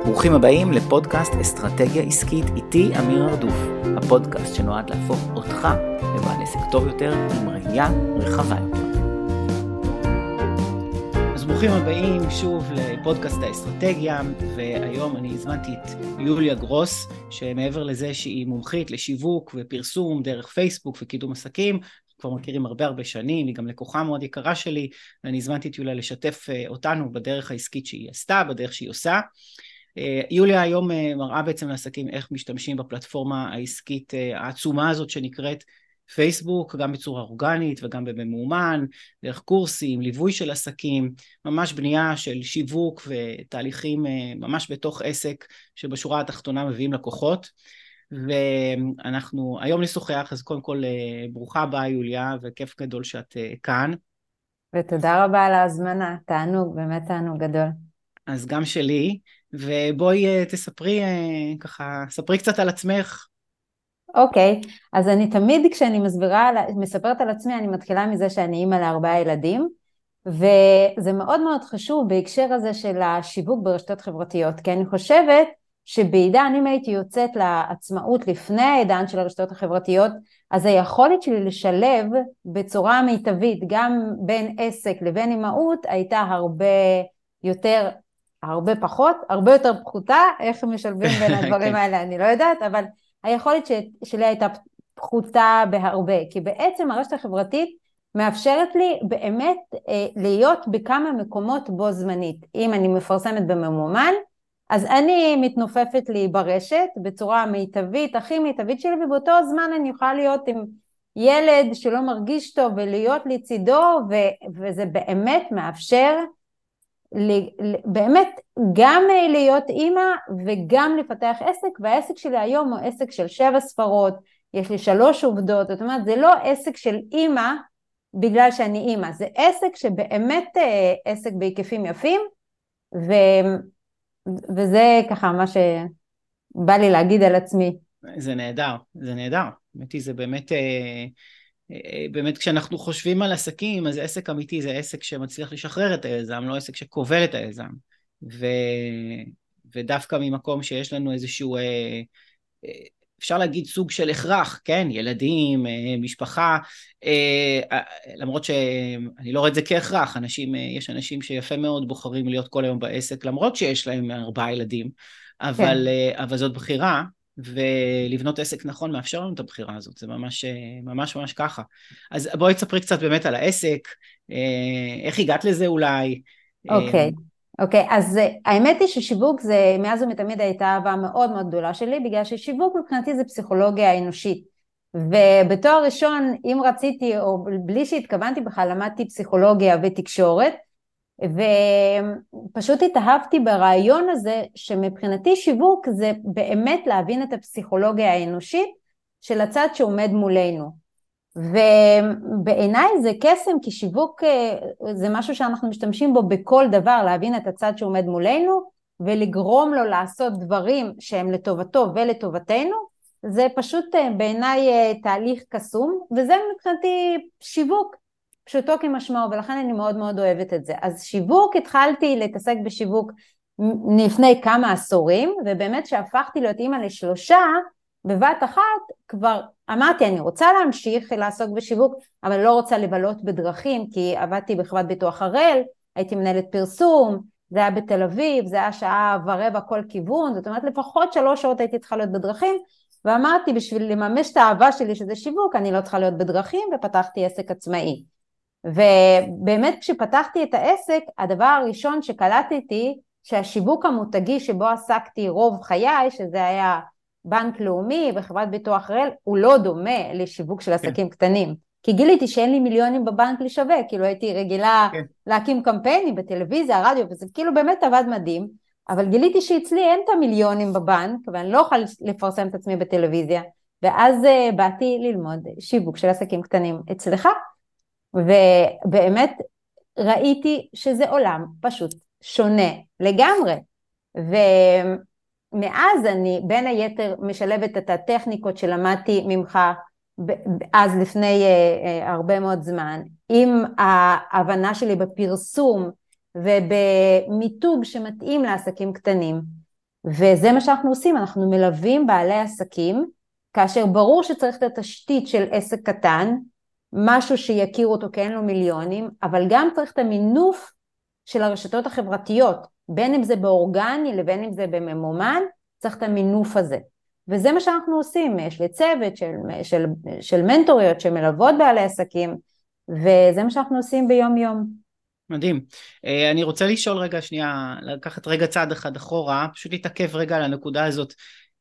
ברוכים הבאים לפודקאסט אסטרטגיה עסקית, איתי אמיר ארדוף, הפודקאסט שנועד להפוך אותך לבעל עסק טוב יותר עם ראייה רחבה יותר. אז ברוכים הבאים שוב לפודקאסט האסטרטגיה, והיום אני הזמנתי את יוליה גרוס, שמעבר לזה שהיא מומחית לשיווק ופרסום דרך פייסבוק וקידום עסקים, כבר מכירים הרבה שנים, היא גם לקוחה מאוד יקרה שלי, ואני הזמנתי את יוליה לשתף אותנו בדרך העסקית שהיא עשתה, בדרך שהיא עושה. יוליה היום מראה בעצם לעסקים איך משתמשים בפלטפורמה העסקית העצומה הזאת שנקראת פייסבוק, גם בצורה אורגנית וגם בממומן, דרך קורסים, ליווי של עסקים, ממש בנייה של שיווק ותהליכים ממש בתוך עסק שבשורה התחתונה מביאים לקוחות. ואנחנו היום נשוחח, אז קודם כל ברוכה הבאה יוליה, וכיף גדול שאת כאן. ותודה רבה על ההזמנה, תענוג, באמת תענוג גדול. אז גם שלי, ובואי תספרי ככה, ספרי קצת על עצמך. אוקיי, אז אני תמיד כשאני מספרת על עצמי, אני מתחילה מזה שאני אימא ל4 ילדים, וזה מאוד מאוד חשוב בהקשר הזה של השיווק ברשתות חברתיות, כי אני חושבת שבעידן, אם הייתי יוצאת לעצמאות לפני העידן של הרשתות החברתיות, אז היכולת שלי לשלב בצורה מיטבית, גם בין עסק לבין אימהות, הייתה הרבה פחות, הרבה יותר פחותה. איך משלבים בין הדברים האלה אני לא יודעת, אבל היכולת שלי הייתה פחותה בהרבה, כי בעצם הרשת החברתית מאפשרת לי באמת להיות בכמה מקומות בו זמנית. אם אני מפרסמת בממומן, אז אני מתנופפת לי ברשת בצורה מיטבית, הכי מיטבית שלי, ובאותו זמן אני יכולה להיות עם ילד שלא מרגיש טוב ולהיות לצידו, וזה באמת מאפשר באמת גם להיות אימא וגם לפתח עסק, והעסק שלי היום הוא עסק של 7 ספרות, יש לי 3 עובדות, זאת אומרת זה לא עסק של אימא בגלל שאני אימא, זה עסק שבאמת עסק בהיקפים יפים, וזה ככה מה שבא לי להגיד על עצמי. זה נהדר, זה נהדר. זה באמת כשאנחנו חושבים על עסקים, אז עסק אמיתי זה עסק שמצליח לשחרר את היזם, לא עסק שכובל את היזם. ודווקא ממקום שיש לנו איזשהו, אפשר להגיד סוג של הכרח, כן? ילדים, משפחה, למרות שאני לא רואה את זה כהכרח, יש אנשים שיפה מאוד בוחרים להיות כל היום בעסק, למרות שיש להם 4 ילדים, אבל זאת בחירה, ולבנות עסק נכון מאפשר לנו את הבחירה הזאת, זה ממש ככה. אז בואי תספרי קצת באמת על העסק, איך הגעת לזה אולי. אוקיי, אז האמת היא ששיווק זה מאז ומתמיד הייתה אהבה מאוד מאוד גדולה שלי, בגלל ששיווק מבחינתי זה פסיכולוגיה האנושית, ובתואר ראשון אם רציתי או בלי שהתכוונתי בכלל למדתי פסיכולוגיה ותקשורת, ופשוט התאהבתי ברעיון הזה שמבחינתי שיווק זה באמת להבין את הפסיכולוגיה האנושית של הצד שעומד מולנו, ובעיניי זה קסם, כי שיווק זה משהו שאנחנו משתמשים בו בכל דבר, להבין את הצד שעומד מולנו ולגרום לו לעשות דברים שהם לטובתו ולטובתנו. זה פשוט בעיניי תהליך קסום, וזה מבחינתי שיווק פשוטו כמשמעו, ולכן אני מאוד מאוד אוהבת את זה. אז שיווק, התחלתי להתעסק בשיווק לפני כמה עשורים, ובאמת שהפכתי להיות אימא ל3 בבת אחת, כבר אמרתי אני רוצה להמשיך לעסוק בשיווק, אבל לא רוצה לבלות בדרכים, כי עבדתי בחברת ביטוח הראל, הייתי מנהלת פרסום, זה היה בתל אביב, זה היה 1:15 כל כיוון, זאת אומרת לפחות 3 שעות הייתי צריכה להיות בדרכים, ואמרתי בשביל לממש את האהבה שלי שזה שיווק, אני לא צריכה להיות בדרכים, ופתחתי עסק עצמאי. ובאמת כשפתחתי את העסק, הדבר הראשון שקלטתי, שהשיווק המותגי שבו עסקתי רוב חיי, שזה היה בנק לאומי וחברת ביטוח ראל, הוא לא דומה לשיווק של עסקים קטנים, כי גיליתי שאין לי מיליונים בבנק לשווק, כאילו הייתי רגילה להקים קמפיינים בטלוויזיה, רדיו, וזה כאילו באמת עבד מדהים, אבל גיליתי שאצלי אין את המיליונים בבנק, ואני לא אוכל לפרסם את עצמי בטלוויזיה, ואז באתי ללמוד שיווק של עסקים קטנים אצלך, ובאמת ראיתי שזה עולם פשוט שונה לגמרי, ומאז אני בין היתר משלבת את הטכניקות שלמדתי ממך אז לפני הרבה מאוד זמן, עם ההבנה שלי בפרסום ובמיתוג שמתאים לעסקים קטנים, וזה מה שאנחנו עושים, אנחנו מלווים בעלי עסקים, כאשר ברור שצריך את התשתית של עסק קטן, משהו שיכיר אותו כי אין לו מיליונים, אבל גם צריך את המינוף של הרשתות החברתיות, בין אם זה באורגני לבין אם זה בממומן, צריך את המינוף הזה. וזה מה שאנחנו עושים, יש לי צוות של מנטוריות שמלוות בעלי עסקים, וזה מה שאנחנו עושים ביום יום. מדהים. אני רוצה לשאול רגע שנייה, לקחת רגע צעד אחד אחורה, פשוט להתעכב רגע על הנקודה הזאת,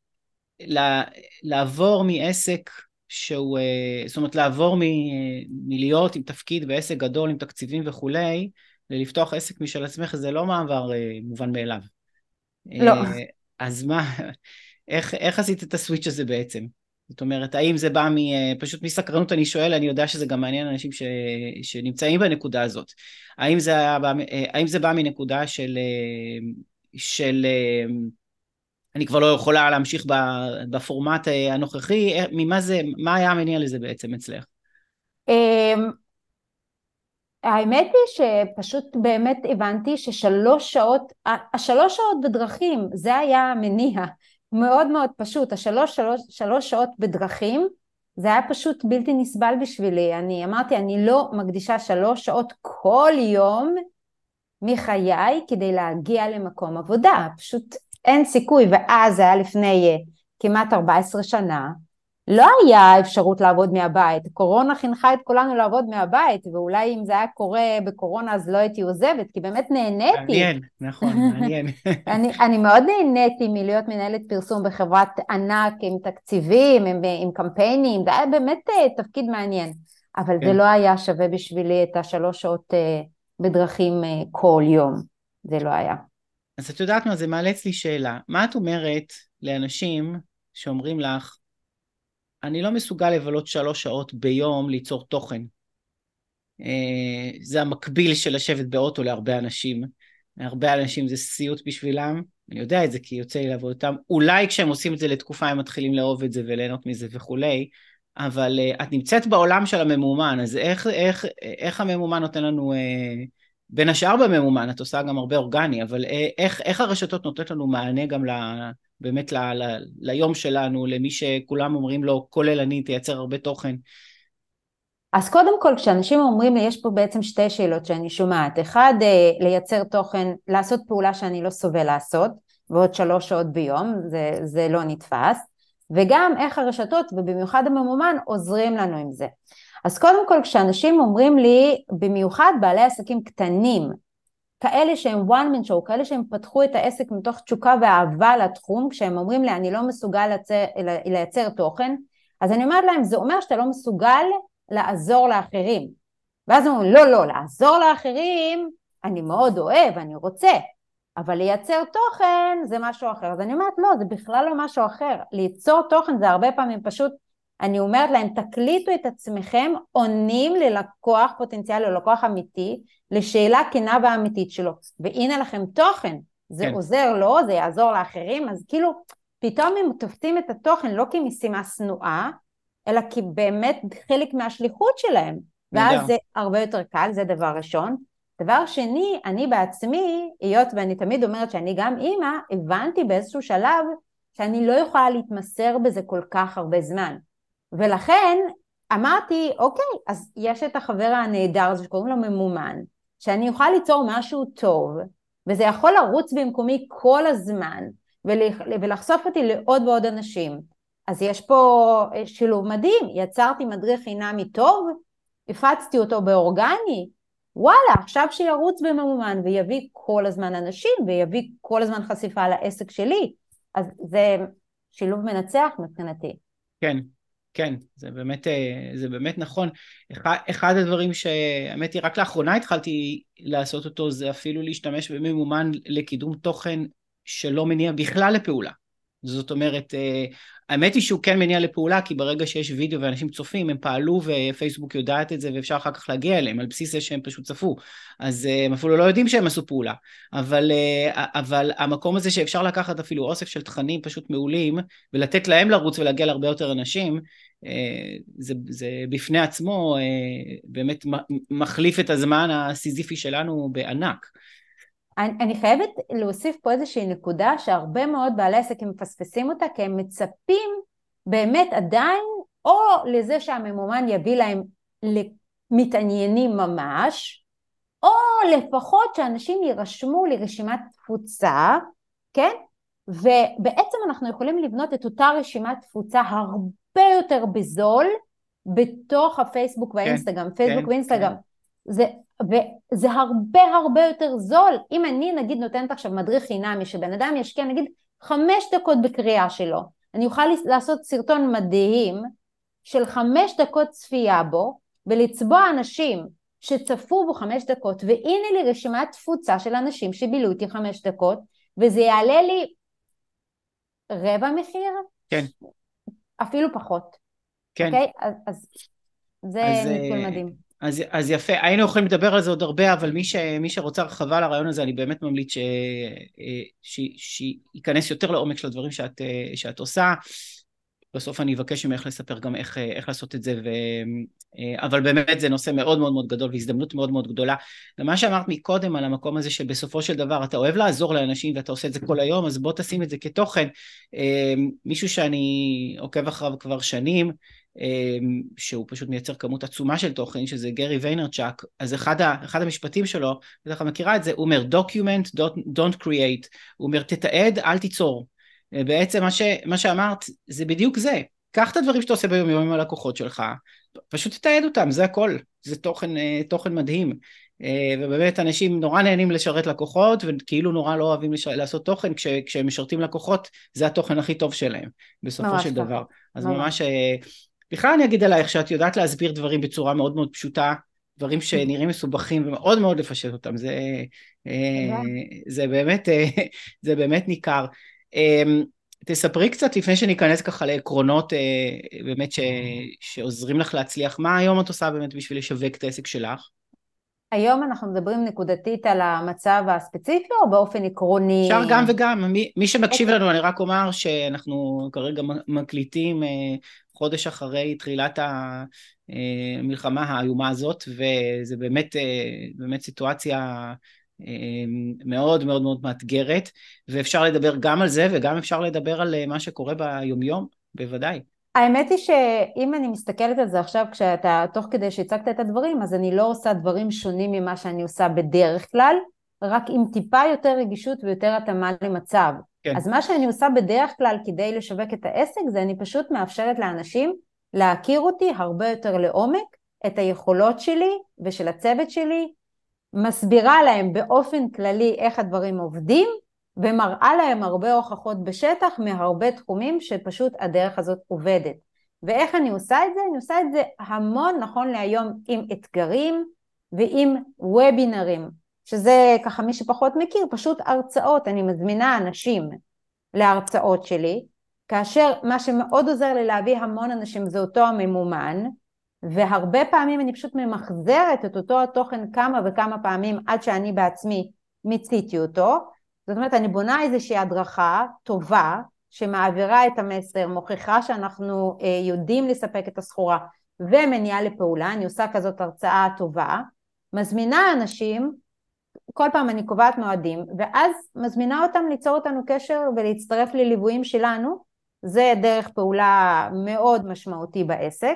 לעבור מעסק שהוא, זאת אומרת לעבור מלהיות עם תפקיד בעסק גדול עם תקציבים וכולי, ללפתוח עסק משל עצמך, זה לא מעבר מובן מאליו. לא. אז מה, איך עשית את הסוויץ' הזה בעצם? זאת אומרת, האם זה בא פשוט מסקרנות אני שואל, אני יודע שזה גם מעניין אנשים שנמצאים בנקודה הזאת. האם זה בא מנקודה של אני כבר לא יכולה להמשיך בפורמט הנוכחי, מה היה המניע לזה בעצם אצלך? האמת היא שפשוט באמת הבנתי ששלוש שעות בדרכים, זה היה המניע, מאוד מאוד פשוט, שלוש שעות בדרכים, זה היה פשוט בלתי נסבל בשבילי, אני אמרתי, אני לא מקדישה 3 שעות כל יום מחיי כדי להגיע למקום עבודה, פשוט אין סיכוי, ואז זה היה לפני כמעט 14 שנה, לא היה אפשרות לעבוד מהבית, קורונה חינכה את כולנו לעבוד מהבית, ואולי אם זה היה קורה בקורונה אז לא הייתי עוזבת, כי באמת נהניתי. מעניין, נכון, מעניין. אני מאוד נהניתי מלהיות מנהלת פרסום בחברת ענק עם תקציבים, עם קמפיינים, זה היה באמת תפקיד מעניין, אבל זה לא היה שווה בשבילי את 3 שעות בדרכים כל יום, זה לא היה. אז את יודעת מה, זה מעלה אצלי שאלה, מה את אומרת לאנשים שאומרים לך, אני לא מסוגל לבלות 3 שעות ביום ליצור תוכן. זה המקביל של לשבת באוטו להרבה אנשים. הרבה אנשים זה סיוט בשבילם. אני יודע את זה כי יוצא לי לעבוד אותם. אולי כשהם עושים את זה לתקופה הם מתחילים לאהוב את זה וליהנות מזה וכולי. אבל את נמצאת בעולם של הממומן, אז איך הממומן נותן לנו, בין השאר בממומן, את עושה גם הרבה אורגני, אבל איך הרשתות נותנת לנו מענה גם באמת ליום שלנו, למי שכולם אומרים לו, כולל אני, תייצר הרבה תוכן? אז קודם כל, כשאנשים אומרים לי, יש פה בעצם 2 שאלות שאני שומעת. אחד, לייצר תוכן, לעשות פעולה שאני לא סובל לעשות, ועוד 3 שעות ביום, זה לא נתפס. וגם איך הרשתות, ובמיוחד הממומן, עוזרים לנו עם זה. אז קודם כל, כשאנשים אומרים לי, במיוחד בעלי עסקים קטנים, כאלה שהם one man show, כאלה שהם פתחו את העסק מתוך תשוקה ואהבה לתחום, כשהם אומרים לי, אני לא מסוגל לייצר תוכן, אז אני אומרת להם, זה אומר שאתה לא מסוגל לעזור לאחרים. ואז הם אומרים, לא, לעזור לאחרים, אני מאוד אוהב, אני רוצה, אבל לייצר תוכן זה משהו אחר. אז אני אומרת, לא, זה בכלל לא משהו אחר. ליצור תוכן זה הרבה פעמים פשוט, אני אומרת להם, תקליטו את עצמכם, עונים ללקוח פוטנציאלי, ללקוח אמיתי, לשאלה כנה ואמיתית שלו. והנה לכם תוכן, זה כן. עוזר לו, זה יעזור לאחרים, אז כאילו, פתאום הם תופסים את התוכן לא כמשימה שנואה, אלא כי באמת חלק מהשליחות שלהם, ואז זה הרבה יותר קל, זה דבר ראשון. דבר שני, אני בעצמי, היות ואני תמיד אומרת שאני גם אימא, הבנתי באיזשהו שלב שאני לא יכולה להתמסר בזה כל כך הרבה זמן. ולכן אמרתי, אוקיי, אז יש את החבר הנהדר הזה שקוראים לו ממומן, שאני אוכל ליצור משהו טוב, וזה יכול לרוץ במקומי כל הזמן, ולחשוף אותי לעוד ועוד אנשים. אז יש פה שילוב מדהים, יצרתי מדריך חינמי טוב, הפצתי אותו באורגני, וואלה, עכשיו שירוץ בממומן ויביא כל הזמן אנשים, ויביא כל הזמן חשיפה לעסק שלי, אז זה שילוב מנצח מבחינתי. כן, כן, זה באמת נכון. אחד הדברים שהאמת היא רק לאחרונה התחלתי לעשות אותו, זה אפילו להשתמש בממומן לקידום תוכן שלא מניע בכלל לפעולה. זאת אומרת, האמת היא שהוא כן מניע לפעולה, כי ברגע שיש וידאו ואנשים צופים, הם פעלו ופייסבוק יודעת את זה, ואפשר אחר כך להגיע אליהם, על בסיס זה שהם פשוט צפו. אז הם אפילו לא יודעים שהם עשו פעולה. אבל המקום הזה שאפשר לקחת אפילו אוסף של תכנים פשוט מעולים, ולתת להם לרוץ ולהגיע להרבה יותר אנשים, זה בפני עצמו באמת מחליף את הזמן הסיזיפי שלנו בענק. אני חייבת להוסיף פה איזושהי נקודה שהרבה מאוד בעלי עסקים מפספסים אותה, כי הם מצפים באמת עדיין או לזה שהממומן יביא להם מתעניינים ממש, או לפחות שאנשים יירשמו לרשימת תפוצה, כן? ובעצם אנחנו יכולים לבנות את אותה רשימת תפוצה הרבה יותר בזול בתוך הפייסבוק והאינסטגרם, פייסבוק ואינסטגרם. וזה הרבה הרבה יותר זול. אם אני נגיד נותנת עכשיו מדריך חינמי שבן אדם ישקיע נגיד 5 דקות בקריאה שלו, אני אוכל לעשות סרטון מדהים של 5 דקות צפייה בו, ולצבוע אנשים שצפו בו 5 דקות, והנה לי רשימת תפוצה של אנשים שבילו איתי 5 דקות, וזה יעלה לי רבע מחיר? כן. אפילו פחות. כן. אוקיי? אז זה ניצול מדהים. אז יפה, היינו יכולים לדבר על זה עוד הרבה, אבל מי שרוצה הרחבה לרעיון הזה, אני באמת ממליץ שייכנס יותר לעומק של הדברים שאת עושה. בסוף אני אבקש ממך לספר גם איך לעשות את זה, אבל באמת זה נושא מאוד מאוד מאוד גדול, והזדמנות מאוד מאוד גדולה. ומה שאמרת מקודם על המקום הזה, שבסופו של דבר אתה אוהב לעזור לאנשים, ואתה עושה את זה כל היום, אז בוא תשים את זה כתוכן. מישהו שאני עוקב אחריו כבר שנים, שהוא פשוט מייצר כמות עצומה של תוכן, שזה גרי ויינרצ'אק, אז אחד המשפטים שלו, בדרך כלל מכירה את זה, הוא אומר, document, don't create, הוא אומר, תתעד, אל תיצור. בעצם מה שאמרת, זה בדיוק זה. קח את הדברים שאתה עושה ביום יום עם הלקוחות שלך, פשוט תתעד אותם, זה הכל. זה תוכן מדהים. ובאמת אנשים נורא נהנים לשרת לקוחות, וכאילו נורא לא אוהבים לעשות תוכן, כשהם משרתים לקוחות, זה התוכן הכי טוב שלהם, בסופו של דבר. אז ממש, בכלל אני אגיד עלייך, שאת יודעת להסביר דברים בצורה מאוד מאוד פשוטה, דברים שנראים מסובכים, ומאוד מאוד לפשט אותם. זה באמת ניכר. תספרי קצת לפני שניכנס ככה לעקרונות באמת שעוזרים לך להצליח, מה היום את עושה באמת בשביל לשווק את העסק שלך? היום אנחנו מדברים נקודתית על המצב הספציפי או באופן עקרוני? אפשר גם וגם, מי שמקשיב לנו, אני רק אומר שאנחנו כרגע מקליטים חודש אחרי תחילת המלחמה האיומה הזאת, וזה באמת סיטואציה מאוד מאוד מאוד מאתגרת, ואפשר לדבר גם על זה, וגם אפשר לדבר על מה שקורה ביומיום, בוודאי. האמת היא שאם אני מסתכלת על זה עכשיו, כשאתה תוך כדי שהצגת את הדברים, אז אני לא עושה דברים שונים ממה שאני עושה בדרך כלל, רק עם טיפה יותר רגישות ויותר התאמה למצב. כן. אז מה שאני עושה בדרך כלל כדי לשווק את העסק, זה אני פשוט מאפשרת לאנשים להכיר אותי הרבה יותר לעומק, את היכולות שלי ושל הצוות שלי, מסבירה להם באופן כללי איך הדברים עובדים, ומראה להם הרבה הוכחות בשטח מהרבה תחומים שפשוט הדרך הזאת עובדת. ואיך אני עושה את זה? אני עושה את זה המון נכון להיום עם אתגרים ועם וובינרים, שזה ככה מי שפחות מכיר, פשוט הרצאות. אני מזמינה אנשים להרצאות שלי, כאשר מה שמאוד עוזר לי להביא המון אנשים זה אותו הממומן, והרבה פעמים אני פשוט ממחזרת את אותו התוכן כמה וכמה פעמים עד שאני בעצמי מיציתי אותו. זאת אומרת, אני בונה איזושהי הדרכה טובה שמעבירה את המסר, מוכיחה שאנחנו יודעים לספק את הסחורה ומניעה לפעולה. אני עושה כזאת הרצאה טובה, מזמינה אנשים, כל פעם אני קובעת מועדים, ואז מזמינה אותם ליצור אותנו קשר ולהצטרף לליוויים שלנו. זה דרך פעולה מאוד משמעותי בעסק.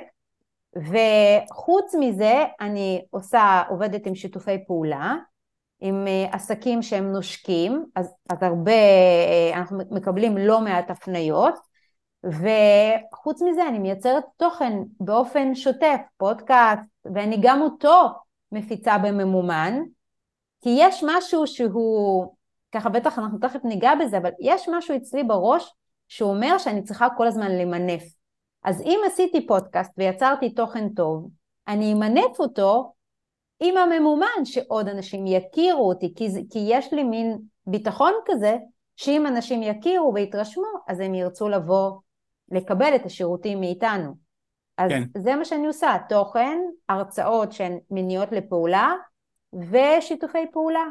וחוץ מזה אני עובדת עם שיתופי פעולה, עם עסקים שהם נושקים, אז הרבה, אנחנו מקבלים לא מעט הפניות, וחוץ מזה אני מייצרת תוכן באופן שוטף, פודקאסט, ואני גם אותו מפיצה בממומן, כי יש משהו שהוא, ככה בטח אנחנו תכף ניגע בזה, אבל יש משהו אצלי בראש שהוא אומר שאני צריכה כל הזמן למנף. אז אם עשיתי פודקאסט ויצרתי תוכן טוב, אני אמנף אותו עם הממומן שעוד אנשים יכירו אותי, כי יש לי מין ביטחון כזה, שאם אנשים יכירו ויתרשמו, אז הם ירצו לבוא לקבל את השירותים מאיתנו. אז כן. זה מה שאני עושה, תוכן, הרצאות שהן מניעות לפעולה, ושיתופי פעולה.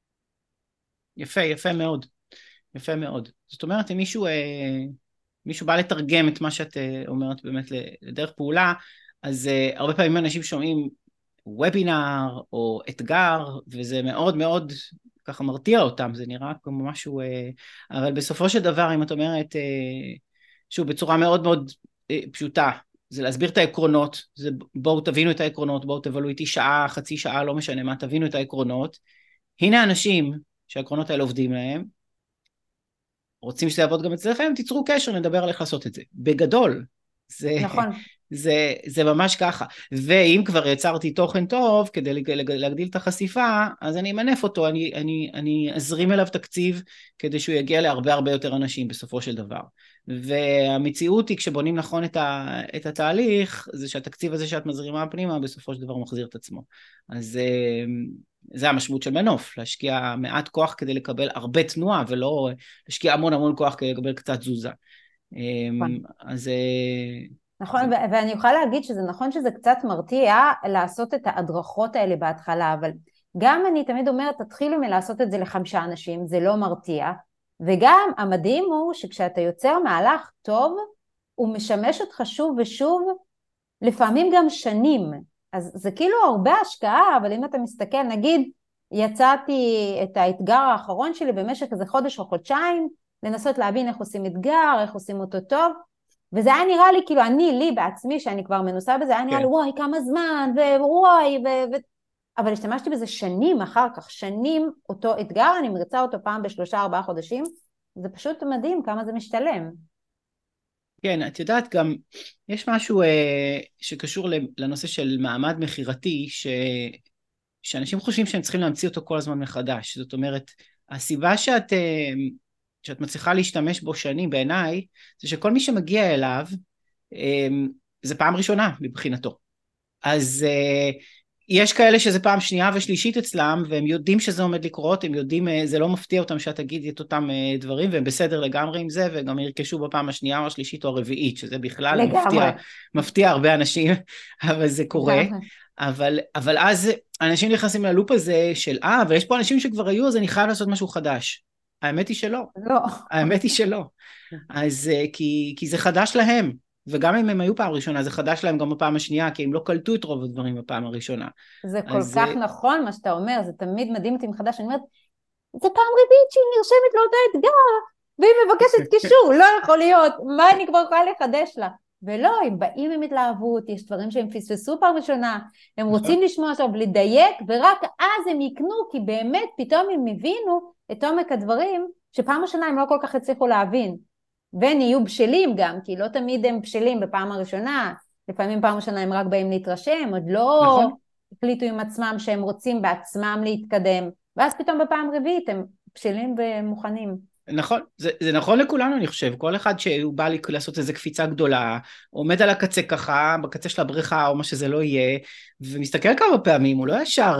יפה, יפה מאוד. יפה מאוד. זאת אומרת, אם מישהו בא לתרגם את מה שאת אומרת באמת לדרך פעולה, אז הרבה פעמים אנשים שומעים וובינר או אתגר, וזה מאוד מאוד ככה מרתיע אותם, זה נראה כמו משהו, אבל בסופו של דבר, אם את אומרת, שוב, בצורה מאוד מאוד פשוטה, זה להסביר את העקרונות, זה בואו תבינו את העקרונות, בואו תבלו איתי שעה, חצי שעה, לא משנה מה, תבינו את העקרונות, הנה אנשים שהעקרונות האלה עובדים להם, רוצים שזה יעבוד גם אצלכם, תיצרו קשר, נדבר על איך לעשות את זה. בגדול, נכון. זה ממש ככה. ואם כבר יצרתי תוכן טוב, כדי להגדיל את החשיפה, אז אני אמנף אותו, אני אזרים אליו תקציב, כדי שהוא יגיע להרבה הרבה יותר אנשים בסופו של דבר. והמציאות היא, כשבונים נכון את התהליך, זה שהתקציב הזה שאת מזרימה פנימה, בסופו של דבר מחזיר את עצמו. אז זה המשמעות של מנוף, להשקיע מעט כוח כדי לקבל הרבה תנועה, ולא להשקיע המון המון כוח כדי לקבל קצת תזוזה. אז נכון, ואני יכולה להגיד שזה נכון שזה קצת מרתיע לעשות את ההדרכות האלה בהתחלה, אבל גם אני תמיד אומרת, תתחילו מלעשות את זה ל5 אנשים, זה לא מרתיע, וגם המדהים הוא שכשאתה יוצר מהלך טוב, הוא משמש אותך שוב ושוב, לפעמים גם שנים, אז זה כאילו הרבה השקעה, אבל אם אתה מסתכל, נגיד, יצאתי את האתגר האחרון שלי במשך איזה חודש או חודשיים, לנסות להבין איך עושים אתגר, איך עושים אותו טוב, וזה היה נראה לי, כאילו לי בעצמי, שאני כבר מנוסה בזה, היה נראה לי, וואי, כמה זמן, אבל השתמשתי בזה שנים אחר כך, שנים אותו אתגר, אני מרצה אותו פעם ב3-4 חודשים, זה פשוט מדהים כמה זה משתלם. כן, את יודעת גם, יש משהו שקשור לנושא של מעמד מחירתי, שאנשים חושבים שהם צריכים להמציא אותו כל הזמן מחדש. זאת אומרת, הסיבה שאת מצליחה להשתמש בו שנים בעיניי, זה שכל מי שמגיע אליו, זה פעם ראשונה מבחינתו. אז יש כאלה שזה פעם שנייה ושלישית אצלם, והם יודעים שזה עומד לקרות, הם יודעים, זה לא מפתיע אותם שאת תגידי את אותם דברים, והם בסדר לגמרי עם זה, וגם ירכשו בפעם השנייה או השלישית או הרביעית, שזה בכלל מפתיע הרבה אנשים, אבל זה קורה. אבל אז אנשים נכנסים ללופ הזה של, ויש פה אנשים שכבר היו, אז אני חייב לעשות משהו חדש. האמת היא שלא. לא. האמת היא שלא. אז כי זה חדש להם, וגם אם הם היו פעם ראשונה, זה חדש להם גם בפעם השנייה, כי הם לא קלטו את רוב הדברים בפעם הראשונה. זה כל כך נכון מה שאתה אומר, זה תמיד מדהים אותי מחדש, אני אומרת, זה פעם רביעית שהיא נרשמת לאותו אתגר, והיא מבקשת קישור, לא יכול להיות, מה אני כבר יכולה לחדש לה? ולא, הם באים עם התלהבות, יש דברים שהם פספסו פעם ראשונה, הם רוצים לשמוע עכשיו לדייק, ורק אז הם יקנו, כי באמת פתאום הם הבינו את עומק הדברים, שפעם ראשונה הם לא כל כך הצליחו להבין. ונהיו בשלים גם, כי לא תמיד הם בשלים בפעם הראשונה, לפעמים פעם ראשונה הם רק באים להתרשם, עוד לא החליטו עם עצמם שהם רוצים בעצמם להתקדם, ואז פתאום בפעם רביעית הם בשלים ומוכנים. נכון, זה נכון לכולנו אני חושב, כל אחד שהוא בא לעשות איזו קפיצה גדולה, עומד על הקצה ככה, בקצה של הבריכה או מה שזה לא יהיה, ומסתכל כמה פעמים, הוא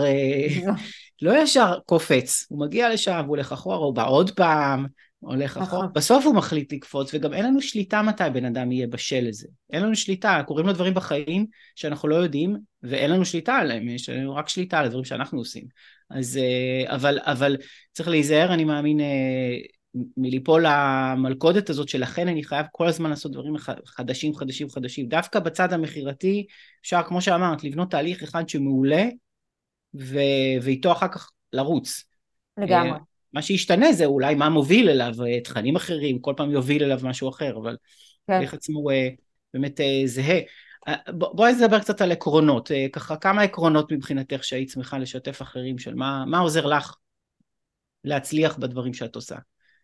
לא ישר קופץ, הוא מגיע לשם, הוא הולך אחורה, הוא בא עוד פעם, הולך אחורה, בסוף הוא מחליט לקפוץ, וגם אין לנו שליטה מתי בן אדם יהיה בשל לזה, אין לנו שליטה, קוראים לו דברים בחיים שאנחנו לא יודעים, ואין לנו שליטה עליהם, יש לנו רק שליטה על הדברים שאנחנו עושים, אז, אבל צריך להיזהר, אני מאמין, מליפול למלכודת הזאת, שלכן אני חייב כל הזמן לעשות דברים חדשים, דווקא בצד המחירתי, אפשר כמו שאמרת, לבנות תהליך אחד שמעולה, ואיתו אחר כך לרוץ. לגמרי. מה שישתנה זה אולי מה מוביל אליו, תכנים אחרים, כל פעם יוביל אליו משהו אחר, אבל איך עצמו באמת זהה. בואי נדבר קצת על עקרונות, ככה כמה עקרונות מבחינתך שהיית שמחה לשתף אחרים, של מה עוזר לך להצליח בדברים שאת עושה?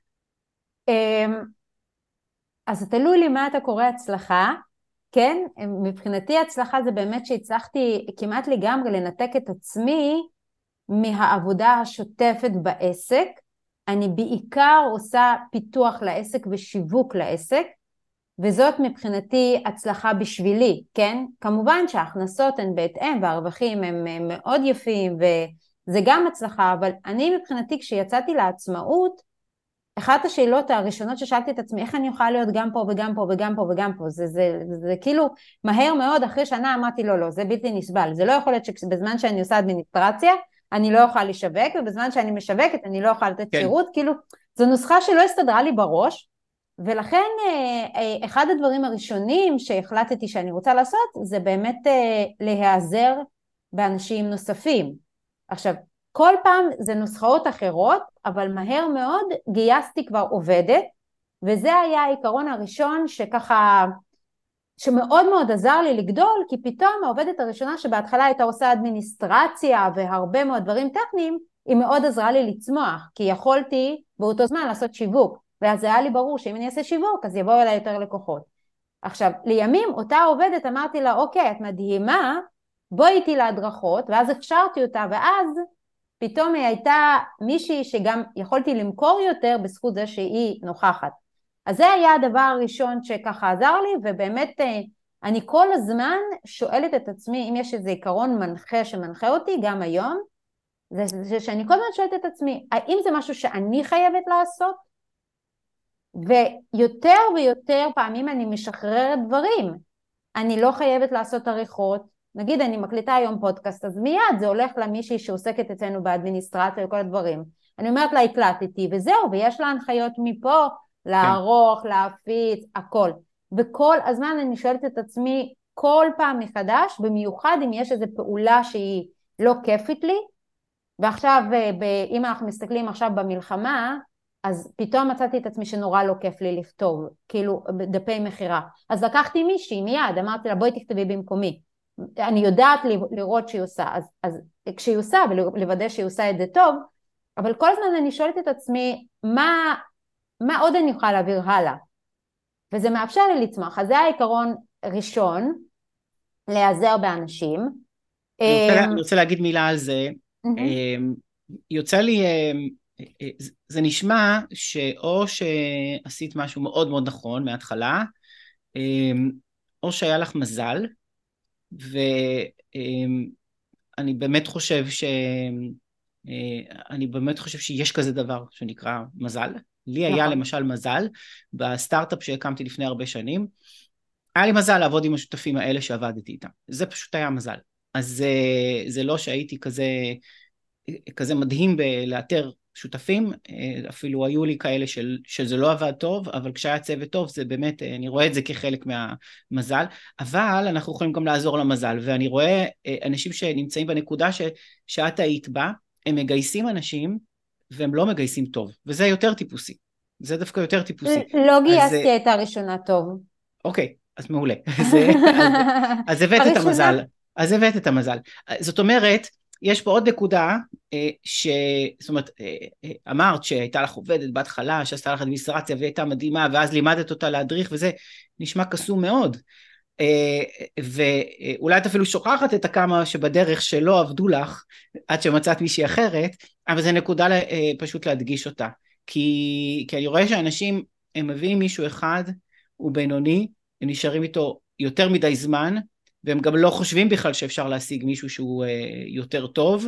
אז תלוי לי מה אתה קורא הצלחה, כן? מבחינתי הצלחה זה באמת שהצלחתי כמעט לגמרי לנתק את עצמי מהעבודה השוטפת בעסק. אני בעיקר עושה פיתוח לעסק ושיווק לעסק, וזאת מבחינתי הצלחה בשבילי, כן? כמובן שההכנסות הן בהתאם והרווחים הם מאוד יפים וזה גם הצלחה, אבל אני מבחינתי כשיצאתי לעצמאות, אחת השאלות הראשונות ששאלתי את עצמי, איך אני יכולה להיות גם פה וגם פה וגם פה וגם פה, זה כאילו מהר מאוד אחרי שנה אמרתי לא, זה בלתי נסבל, זה לא יכול להיות שבזמן שאני עושה אדמיניסטרציה, אני לא אוכל לשווק, ובזמן שאני משווקת אני לא אוכל לתת שירות, כאילו זו נוסחה שלא הסתדרה לי בראש, ולכן אחד הדברים הראשונים שהחלטתי שאני רוצה לעשות, זה באמת להיעזר באנשים נוספים. עכשיו, כל פעם זה נוסחאות אחרות, אבל מהר מאוד גייסתי כבר עובדת, וזה היה העיקרון הראשון שככה, שמאוד מאוד עזר לי לגדול, כי פתאום העובדת הראשונה שבהתחלה הייתה עושה אדמיניסטרציה והרבה מאוד דברים טכניים, היא מאוד עזרה לי לצמוח, כי יכולתי באותו זמן לעשות שיווק, ואז היה לי ברור שאם אני אעשה שיווק, אז יבואו אליי יותר לקוחות. עכשיו, לימים אותה עובדת אמרתי לה, אוקיי, את מדהימה, בואי איתי להדרכות, ואז הכשרתי אותה, ואז פתאום היא הייתה מישהי שגם יכולתי למכור יותר בזכות זה שהיא נוכחת. אז זה היה הדבר הראשון שככה עזר לי, ובאמת אני כל הזמן שואלת את עצמי, אם יש איזה עיקרון מנחה שמנחה אותי, גם היום, זה שאני כל הזמן שואלת את עצמי, האם זה משהו שאני חייבת לעשות? ויותר ויותר פעמים אני משחררת דברים. אני לא חייבת לעשות עריכות, נגיד אני מקליטה היום פודקאסט, אז מיד זה הולך למישהי שעוסקת אצלנו באדמיניסטרציה וכל הדברים. אני אומרת לה, הקלטתי וזהו, ויש לה הנחיות מפה, לערוך, להפיץ, הכל. וכל הזמן אני שואלת את עצמי כל פעם מחדש, במיוחד אם יש איזו פעולה שהיא לא כיפית לי, ועכשיו, אם אנחנו מסתכלים עכשיו במלחמה, אז פתאום מצאתי את עצמי שנורא לא כיף לי לכתוב, כאילו דפי מחירה. אז לקחתי מישהי מיד, אמרתי לה בואי תכתבי במקומי. אני יודעת לראות שהיא עושה, אז כשהיא עושה ולוודא שהיא עושה את זה טוב, אבל כל הזמן אני שואלת את עצמי מה עוד אני יכולה להעביר הלאה. וזה מאפשר לי לצמח. אז זה העיקרון ראשון, להיעזר באנשים. אני רוצה להגיד מילה על זה. יוצא לי, זה נשמע שאו שעשית משהו מאוד מאוד נכון מההתחלה, או שהיה לך מזל, ואני באמת חושב שיש כזה דבר שנקרא מזל. לי היה למשל מזל, בסטארט-אפ שהקמתי לפני הרבה שנים, היה לי מזל לעבוד עם השותפים האלה שעבדתי איתם. זה פשוט היה מזל. אז זה לא שהייתי כזה מדהים בלאתר שותפים, אפילו היו לי כאלה שזה לא עבד טוב, אבל כשהיה צוות טוב זה באמת, אני רואה את זה כחלק מהמזל, אבל אנחנו יכולים גם לעזור למזל, ואני רואה אנשים שנמצאים בנקודה שאת היית בה, הם מגייסים אנשים, והם לא מגייסים טוב, וזה יותר טיפוסי, זה דווקא יותר טיפוסי. לא גייסתי את הראשונה טוב. אוקיי, אז מעולה. אז הבאת את המזל. אז הבאת את המזל. זאת אומרת, יש פה עוד נקודה, זאת אומרת, אמרת שהייתה לך עובדת בהתחלה, שעשתה לך אדמיניסטרציה והיא הייתה מדהימה, ואז לימדת אותה להדריך, וזה נשמע קסום מאוד. ואולי את אפילו שוכחת את הכמה שבדרך שלא עבדו לך, עד שמצאת מישהי אחרת, אבל זה נקודה פשוט להדגיש אותה. כי אני רואה שאנשים, הם מביאים מישהו אחד, הוא בינוני, הם נשארים איתו יותר מדי זמן, והם גם לא חושבים בכלל שאפשר להשיג מישהו שהוא יותר טוב,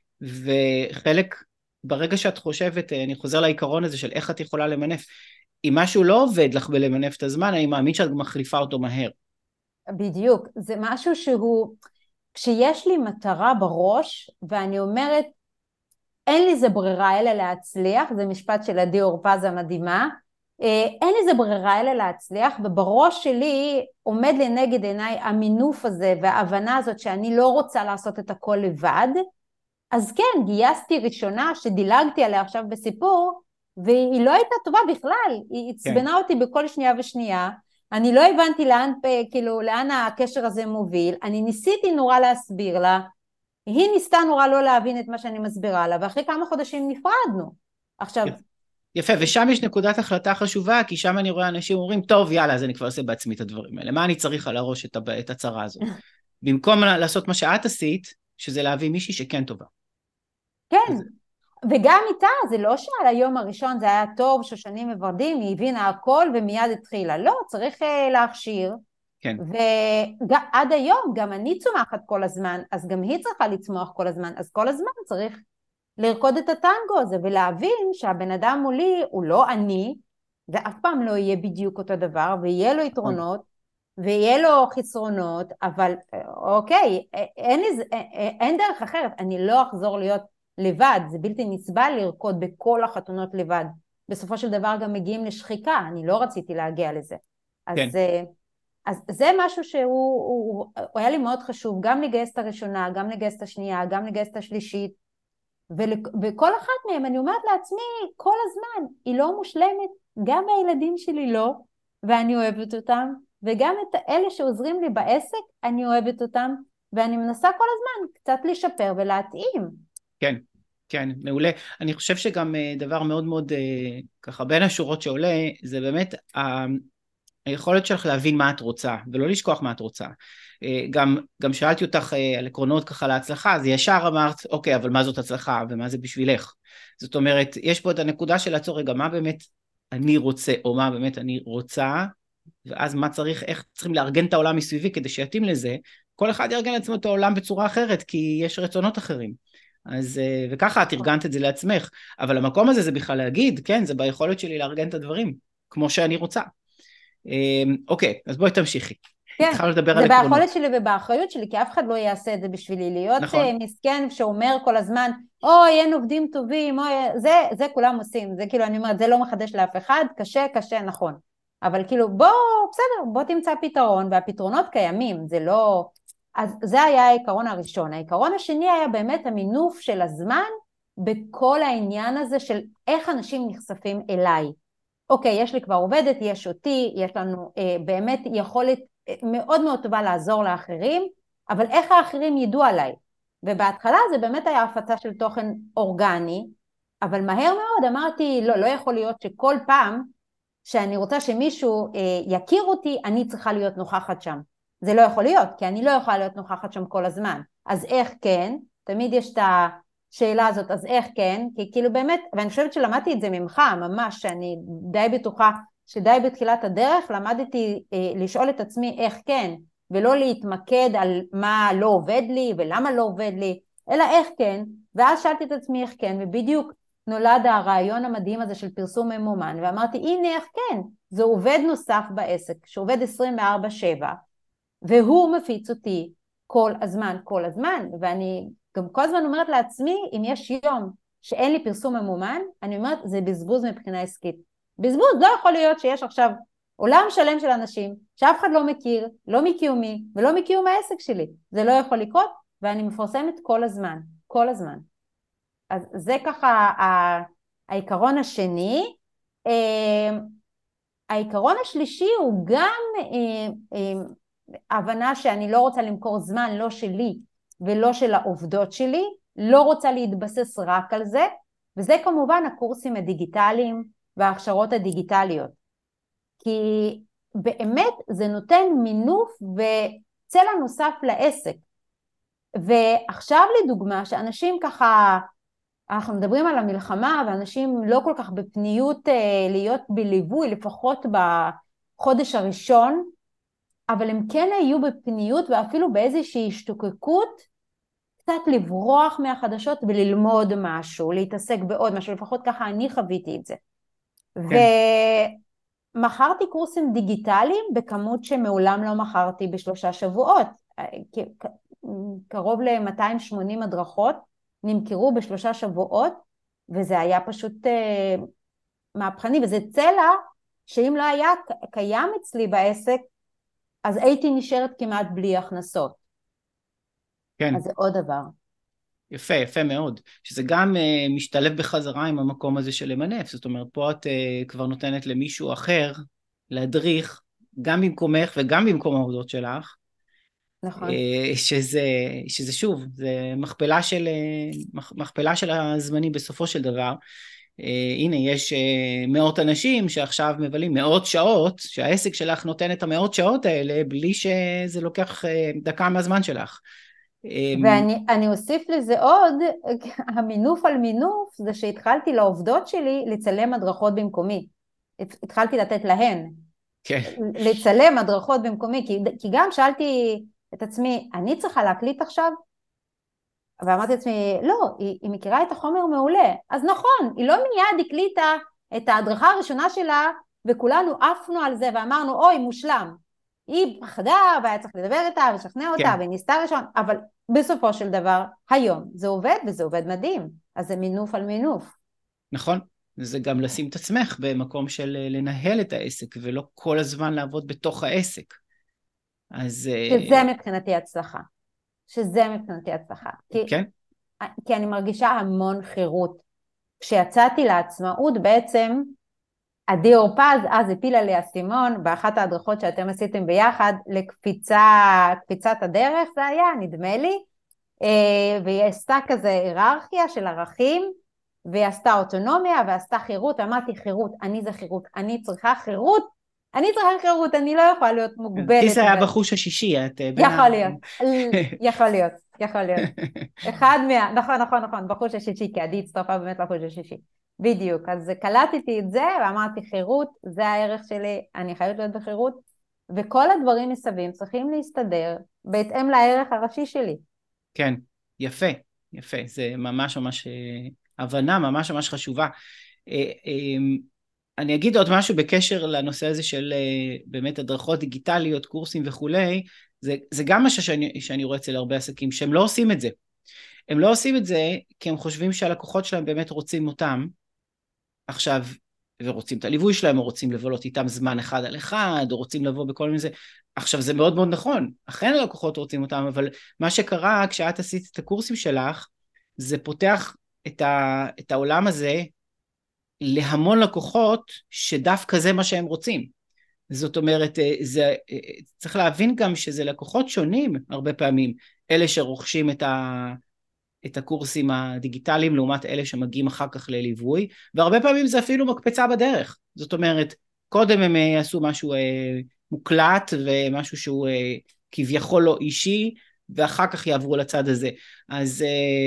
וחלק, ברגע שאת חושבת, אני חוזר לעיקרון הזה של איך את יכולה למנף, אם משהו לא עובד לך בלמנף את הזמן, אני מאמין שאת מחליפה אותו מהר. בדיוק, זה משהו שהוא, כשיש לי מטרה בראש, ואני אומרת, אין לי זה ברירה אלא להצליח, זה משפט של עדי אורפז המדהימה, אין לי זה ברירה אלא להצליח, ובראש שלי עומד לנגד עיניי המינוף הזה וההבנה הזאת שאני לא רוצה לעשות את הכל לבד, אז כן, גייסתי ראשונה שדילגתי עליה עכשיו בסיפור, והיא לא הייתה טובה בכלל, היא הצבנה אותי בכל שנייה ושנייה, אני לא הבנתי לאן הקשר הזה מוביל, אני ניסיתי נורא להסביר לה, היא ניסתה נורא לא להבין את מה שאני מסבירה לה, ואחרי כמה חודשים נפרדנו. עכשיו... יפה, ושם יש נקודת החלטה חשובה, כי שם אני רואה אנשים אומרים, טוב, יאללה, אז אני כבר עושה בעצמי את הדברים האלה. מה אני צריך על הראש את הצרה הזאת? במקום לעשות מה שאת עשית, שזה להביא מישהי שכן טובה. כן, וגם איתה, זה לא שעל היום הראשון זה היה טוב, שושנים מברדים, היא הבינה הכל ומיד התחילה. לא, צריך להכשיר. כן. ועד היום גם אני צומחת כל הזמן, אז גם היא צריכה לצמוח כל הזמן, אז כל הזמן צריך לרקוד את הטנגו הזה ולהבין שהבן אדם מולי הוא לא אני, ואף פעם לא יהיה בדיוק אותו דבר, ויהיה לו יתרונות, ויהיה לו חסרונות, אבל אוקיי, אין דרך אחרת, אני לא אחזור להיות לבד, זה בלתי נסבל לרקוד בכל החתונות לבד, בסופו של דבר גם מגיעים לשחיקה, אני לא רציתי להגיע לזה, כן. אז זה משהו שהוא היה לי מאוד חשוב, גם לגייס את הראשונה, גם לגייס את השנייה, גם לגייס את השלישית, וכל אחת מהם אני אומרת לעצמי כל הזמן, היא לא מושלמת, גם הילדים שלי לא, ואני אוהבת אותם, וגם את אלה שעוזרים לי בעסק, אני אוהבת אותם, ואני מנסה כל הזמן קצת לשפר ולהתאים. כן, כן, מעולה. אני חושב שגם דבר מאוד מאוד ככה בין השורות שעולה, זה באמת היכולת שלך להבין מה את רוצה, ולא לשכוח מה את רוצה. גם שאלתי אותך על עקרונות ככה להצלחה, אז ישר אמרת, אוקיי, אבל מה זאת הצלחה, ומה זה בשבילך? זאת אומרת, יש פה את הנקודה של לעצור, רגע, מה באמת אני רוצה, או מה באמת אני רוצה, ואז מה צריך, איך צריכים לארגן את העולם מסביבי כדי שיתאים לזה, כל אחד יארגן לעצמו את העולם בצורה אחרת, כי יש רצונות אחרים. אז, וככה את ארגנת את זה לעצמך, אבל המקום הזה זה בכלל להגיד, כן, זה ביכולת שלי לארגן את הדברים, כמו שאני רוצה. אוקיי, אז בואי תמשיכי. כן, התחלנו לדבר זה על עקרונות. ביכולת שלי ובאחריות שלי, כי אף אחד לא יעשה את זה בשבילי, להיות נכון. מסכן שאומר כל הזמן, אוי, אין עובדים טובים, אוי, זה כולם עושים, זה כאילו, אני אומרת, זה לא מחדש לאף אחד, קשה, נכון. אבל כאילו, בסדר, בוא תמצא פתרון, והפתרונות קיימים, זה לא... אז זה היה העיקרון הראשון. העיקרון השני היה באמת המינוף של הזמן, בכל העניין הזה של איך אנשים נחשפים אליי. אוקיי, יש לי כבר עובדת, יש אותי, יש לנו באמת יכולת מאוד מאוד טובה לעזור לאחרים, אבל איך האחרים ידעו עליי? ובהתחלה זה באמת היה הפצה של תוכן אורגני, אבל מהר מאוד אמרתי, לא יכול להיות שכל פעם שאני רוצה שמישהו יכיר אותי, אני צריכה להיות נוכחת שם. זה לא יכול להיות, כי אני לא יכולה להיות נוכחת שם כל הזמן. אז איך כן? תמיד יש את השאלה הזאת, אז איך כן? כי כאילו באמת, ואני חושבת שלמדתי את זה ממך, ממש, שאני די בטוחה שדי בתחילת הדרך, למדתי לשאול את עצמי איך כן, ולא להתמקד על מה לא עובד לי ולמה לא עובד לי, אלא איך כן, ואז שאלתי את עצמי איך כן, ובדיוק נולד הרעיון המדהים הזה של פרסום ממומן, ואמרתי, הנה איך כן, זה עובד נוסף בעסק, שעובד 24/7, והוא מפיץ אותי כל הזמן, ואני גם כל הזמן אומרת לעצמי, אם יש יום שאין לי פרסום ממומן, אני אומרת, זה בזבוז מבחינה עסקית. בזבוז, לא יכול להיות שיש עכשיו עולם שלם של אנשים, שאף אחד לא מכיר, לא מקיומי, ולא מקיום העסק שלי. זה לא יכול לקרות, ואני מפרסמת כל הזמן. אז זה ככה העיקרון השני. העיקרון השלישי הוא גם הבנה שאני לא רוצה למכור זמן, לא שלי ולא של העובדות שלי, לא רוצה להתבסס רק על זה, וזה כמובן הקורסים הדיגיטליים וההכשרות הדיגיטליות. כי באמת זה נותן מינוף וצלע נוסף לעסק. ועכשיו לדוגמה, שאנשים ככה, אנחנו מדברים על המלחמה, ואנשים לא כל כך בפניות להיות בליווי, לפחות בחודש הראשון, אבל הם כן היו בפניות ואפילו באיזושהי השתוקקות, קצת לברוח מהחדשות וללמוד משהו, להתעסק בעוד משהו, לפחות ככה אני חוויתי את זה. כן. ומכרתי קורסים דיגיטליים בכמות שמעולם לא מכרתי ב3 שבועות. קרוב ל-280 הדרכות נמכרו ב3 שבועות, וזה היה פשוט מהפכני, וזה צלע שאם לא היה קיים אצלי בעסק, אז הייתי נשארת כמעט בלי הכנסות. כן. אז זה עוד דבר. יפה מאוד. שזה גם משתלב בחזרה עם המקום הזה של למנף. זאת אומרת, פה את כבר נותנת למישהו אחר להדריך, גם במקומך וגם במקום העבודות שלך. נכון. שזה שוב, זה מכפלה של הזמנים בסופו של דבר. הנה, יש מאות אנשים שעכשיו מבלים מאות שעות, שהעסק שלך נותן את המאות שעות האלה, בלי שזה לוקח דקה מהזמן שלך. ואני אוסיף לזה עוד, המינוף על מינוף, זה שהתחלתי לעובדות שלי לצלם הדרכות במקומי. התחלתי לתת להן. כן. לצלם הדרכות במקומי, כי גם שאלתי את עצמי, אני צריכה להקליט עכשיו? ואמרתי לעצמי, לא, היא מכירה את החומר מעולה. אז נכון, היא לא מיד הקליטה את ההדרכה הראשונה שלה, וכולנו עפנו על זה ואמרנו, אוי, מושלם. היא פחדה, והיה צריך לדבר איתה, ולשכנע אותה, והיא ניסתה ראשון, אבל בסופו של דבר, היום זה עובד, וזה עובד מדהים. אז זה מינוף על מינוף. נכון. זה גם לשים את עצמך במקום של לנהל את העסק, ולא כל הזמן לעבוד בתוך העסק. אז... שזה מבחינתי הצלחה. שזה מבחינתי הצלחה. כן. כי אני מרגישה המון חירות. כשיצאתי לעצמאות בעצם, עדי אורפז אז הפילה לי אסימון, באחת ההדרכות שאתם עשיתם ביחד, לקפיצת הדרך זה היה, נדמה לי, והיא עשתה כזה היררכיה של ערכים, והיא עשתה אוטונומיה ועשתה חירות, אמרתי חירות, אני זה חירות, אני צריכה חירות, אני לא יכולה להיות מוגבלת. כי זה היה בחוש השישי, את בין יכול להיות, יכול להיות. נכון, בחוש השישי, כי עדי הצטרפה באמת לחוש השישי. בדיוק, אז קלטתי את זה ואמרתי חירות, זה הערך שלי, אני חייבת להיות בחירות, וכל הדברים מסביב צריכים להסתדר בהתאם לערך הראשי שלי. כן, יפה, זה ממש הבנה ממש חשובה. אני אגיד עוד משהו בקשר לנושא הזה של באמת הדרכות דיגיטליות, קורסים וכולי, זה גם משהו שאני רואה אצל הרבה עסקים, שהם לא עושים את זה. הם לא עושים את זה כי הם חושבים שהלקוחות שלהם באמת רוצים אותם, עכשיו, ורוצים את הליווי שלהם, או רוצים לבלות איתם זמן אחד על אחד, או רוצים לבוא בכל מיני זה. עכשיו, זה מאוד נכון, אכן הלקוחות רוצים אותם, אבל מה שקרה כשאת עשית את הקורסים שלך, זה פותח את העולם הזה להמון לקוחות, שדווקא זה מה שהם רוצים. זאת אומרת, צריך להבין גם שזה לקוחות שונים הרבה פעמים, אלה שרוכשים את הקורסים הדיגיטליים, לעומת אלה שמגיעים אחר כך לליווי, והרבה פעמים זה אפילו מקפצה בדרך. זאת אומרת, קודם הם יעשו משהו מוקלט, ומשהו שהוא כביכול לא אישי, ואחר כך יעברו לצד הזה. אז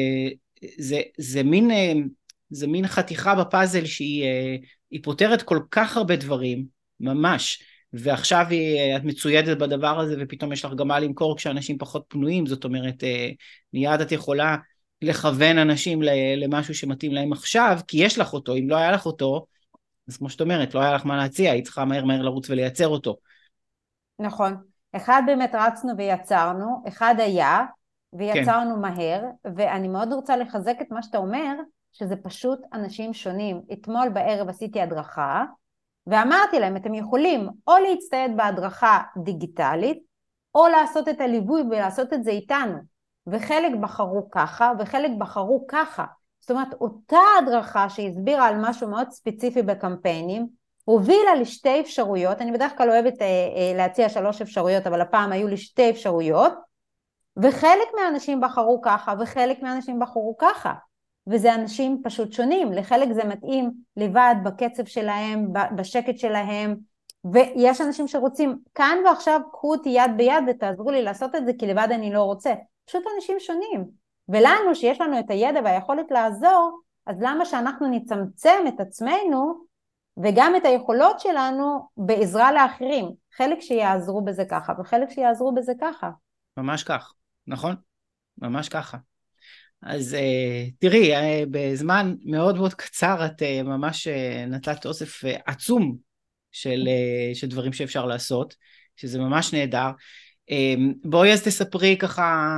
זה מין חתיכה בפאזל שהיא פותרת כל כך הרבה דברים, ממש, ועכשיו את מצוידת בדבר הזה, ופתאום יש לך גם מה למכור כשאנשים פחות פנויים, זאת אומרת, מיד את יכולה לכוון אנשים למשהו שמתאים להם עכשיו, כי יש לך אותו, אם לא היה לך אותו, אז כמו שאת אומרת, לא היה לך מה להציע, היא צריכה מהר לרוץ ולייצר אותו. נכון, אחד באמת רצנו ויצרנו, אחד היה, ויצרנו מהר, ואני מאוד רוצה לחזק את מה שאתה אומר, שזה פשוט אנשים שונים. אתמול בערב עשיתי הדרכה, ואמרתי להם, אתם יכולים או להצטייד בהדרכה דיגיטלית, או לעשות את הליווי ולעשות את זה איתנו. וחלק בחרו ככה, וחלק בחרו ככה. זאת אומרת, אותה הדרכה שהסבירה על משהו מאוד ספציפי בקמפיינים, הובילה לשתי אפשרויות, אני בדרך כלל אוהבת להציע 3 אפשרויות, אבל הפעם היו לי 2 אפשרויות, וחלק מהאנשים בחרו ככה, וחלק מהאנשים בחרו ככה. וזה אנשים פשוט שונים, לחלק זה מתאים לבד בקצב שלהם, בשקט שלהם, ויש אנשים שרוצים כאן ועכשיו קחו אותי יד ביד ותעזרו לי לעשות את זה, כי לבד אני לא רוצה. פשוט אנשים שונים, ולנו שיש לנו את הידע והיכולת לעזור, אז למה שאנחנו נצמצם את עצמנו, וגם את היכולות שלנו בעזרה לאחרים, חלק שיעזרו בזה ככה, וחלק שיעזרו בזה ככה. ממש כך, נכון? ממש ככה. אז תראי, בזמן מאוד קצר את ממש נתת אוסף עצום של דברים שאפשר לעשות, שזה ממש נהדר. בואי אז תספרי ככה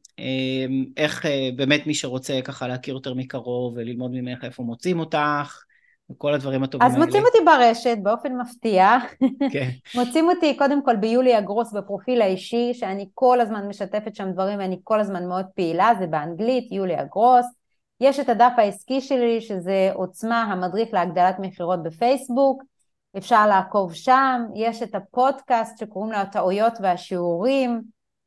איך באמת מי שרוצה ככה להכיר יותר מקרוב וללמוד ממך איפה מוצאים אותך וכל הדברים הטובים האלה. אז מוצאים אותי ברשת באופן מפתיע. כן. מוצאים אותי קודם כל ביוליה גרוס בפרופיל האישי, שאני כל הזמן משתפת שם דברים ואני כל הזמן מאוד פעילה, זה באנגלית, יוליה גרוס. יש את הדף העסקי שלי שזה עוצמה, המדריך להגדלת מחירות בפייסבוק, אפשר לעקוב שם. יש את הפודקאסט שקוראים לו הטעויות והשיעורים,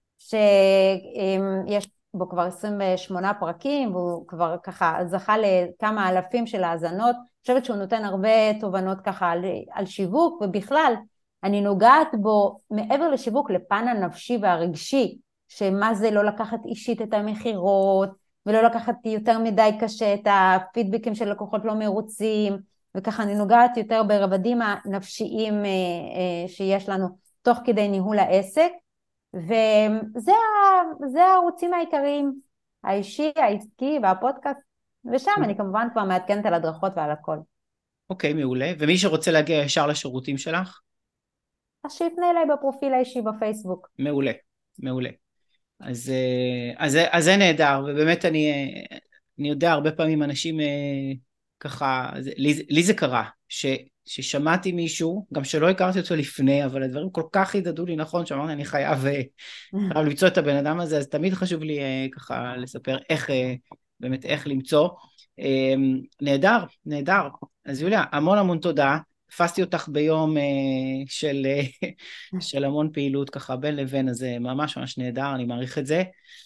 שיש בו כבר 28 פרקים, והוא כבר ככה זכה לכמה אלפים של האזנות. אני חושבת שהוא נותן הרבה תובנות ככה על שיווק, ובכלל אני נוגעת בו מעבר לשיווק לפן הנפשי והרגשי, שמה זה לא לקחת אישית את המחירות, ולא לקחת יותר מדי קשה את הפידבקים של לקוחות לא מרוצים, וככה אני נוגעת יותר ברבדים הנפשיים שיש לנו תוך כדי ניהול העסק, וזה הערוצים העיקריים, האישי, העסקי והפודקאסט, ושם אני כמובן כבר מעדכנת על הדרכות ועל הכל. אוקיי, מעולה. ומי שרוצה להגיע ישר לשירותים שלך? אז שיפנה אליי בפרופיל האישי בפייסבוק. מעולה, מעולה. אז זה נהדר, ובאמת אני יודע הרבה פעמים אנשים ככה, לי זה קרה, ששמעתי מישהו, גם שלא הכרתי אותו לפני, אבל הדברים כל כך חידדו לי נכון, שאמרתי אני חייב למצוא את הבן אדם הזה, אז תמיד חשוב לי ככה לספר באמת איך למצוא. נהדר, נהדר. אז יוליה, המון המון תודה. תפסתי אותך ביום של המון פעילות ככה בין לבין, אז זה ממש ממש נהדר, אני מעריך את זה.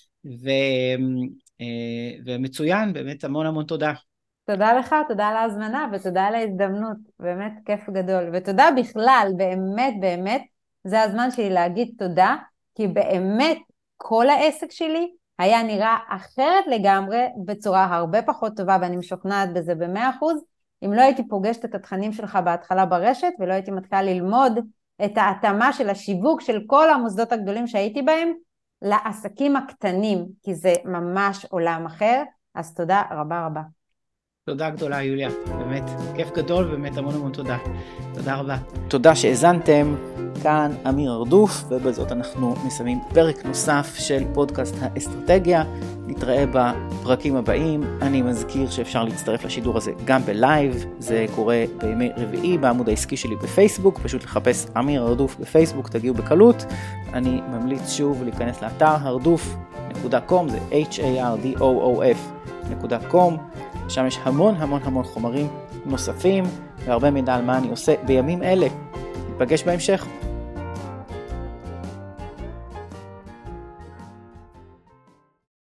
ומצוין, באמת המון המון תודה. תודה לך, תודה על ההזמנה ותודה על ההזדמנות, באמת כיף גדול. ותודה בכלל, באמת באמת, זה הזמן שלי להגיד תודה, כי באמת כל העסק שלי היה נראה אחרת לגמרי, בצורה הרבה פחות טובה, ואני משוכנעת בזה ב100%, אם לא הייתי פוגשת את התכנים שלך בהתחלה ברשת, ולא הייתי מתחילה ללמוד את ההתאמה של השיווק של כל המוסדות הגדולים שהייתי בהם, לעסקים הקטנים, כי זה ממש עולם אחר. אז תודה רבה רבה. תודה גדולה יוליה, באמת כיף גדול, באמת המון המון תודה. תודה רבה. תודה שהאזנתם, כאן אמיר ארדוף, ובזאת אנחנו מסיימים פרק נוסף של פודקאסט האסטרטגיה. נתראה בפרקים הבאים. אני מזכיר שאפשר להצטרף לשידור הזה גם בלייב, זה קורה בימי רביעי בעמוד העסקי שלי בפייסבוק, פשוט לחפש אמיר ארדוף בפייסבוק, תגיעו בקלות. אני ממליץ שוב להיכנס לאתר hardoof.com, זה hardoof.com, שם יש המון המון המון חומרים נוספים והרבה מידע על מה אני עושה בימים אלה. נפגש בהמשך.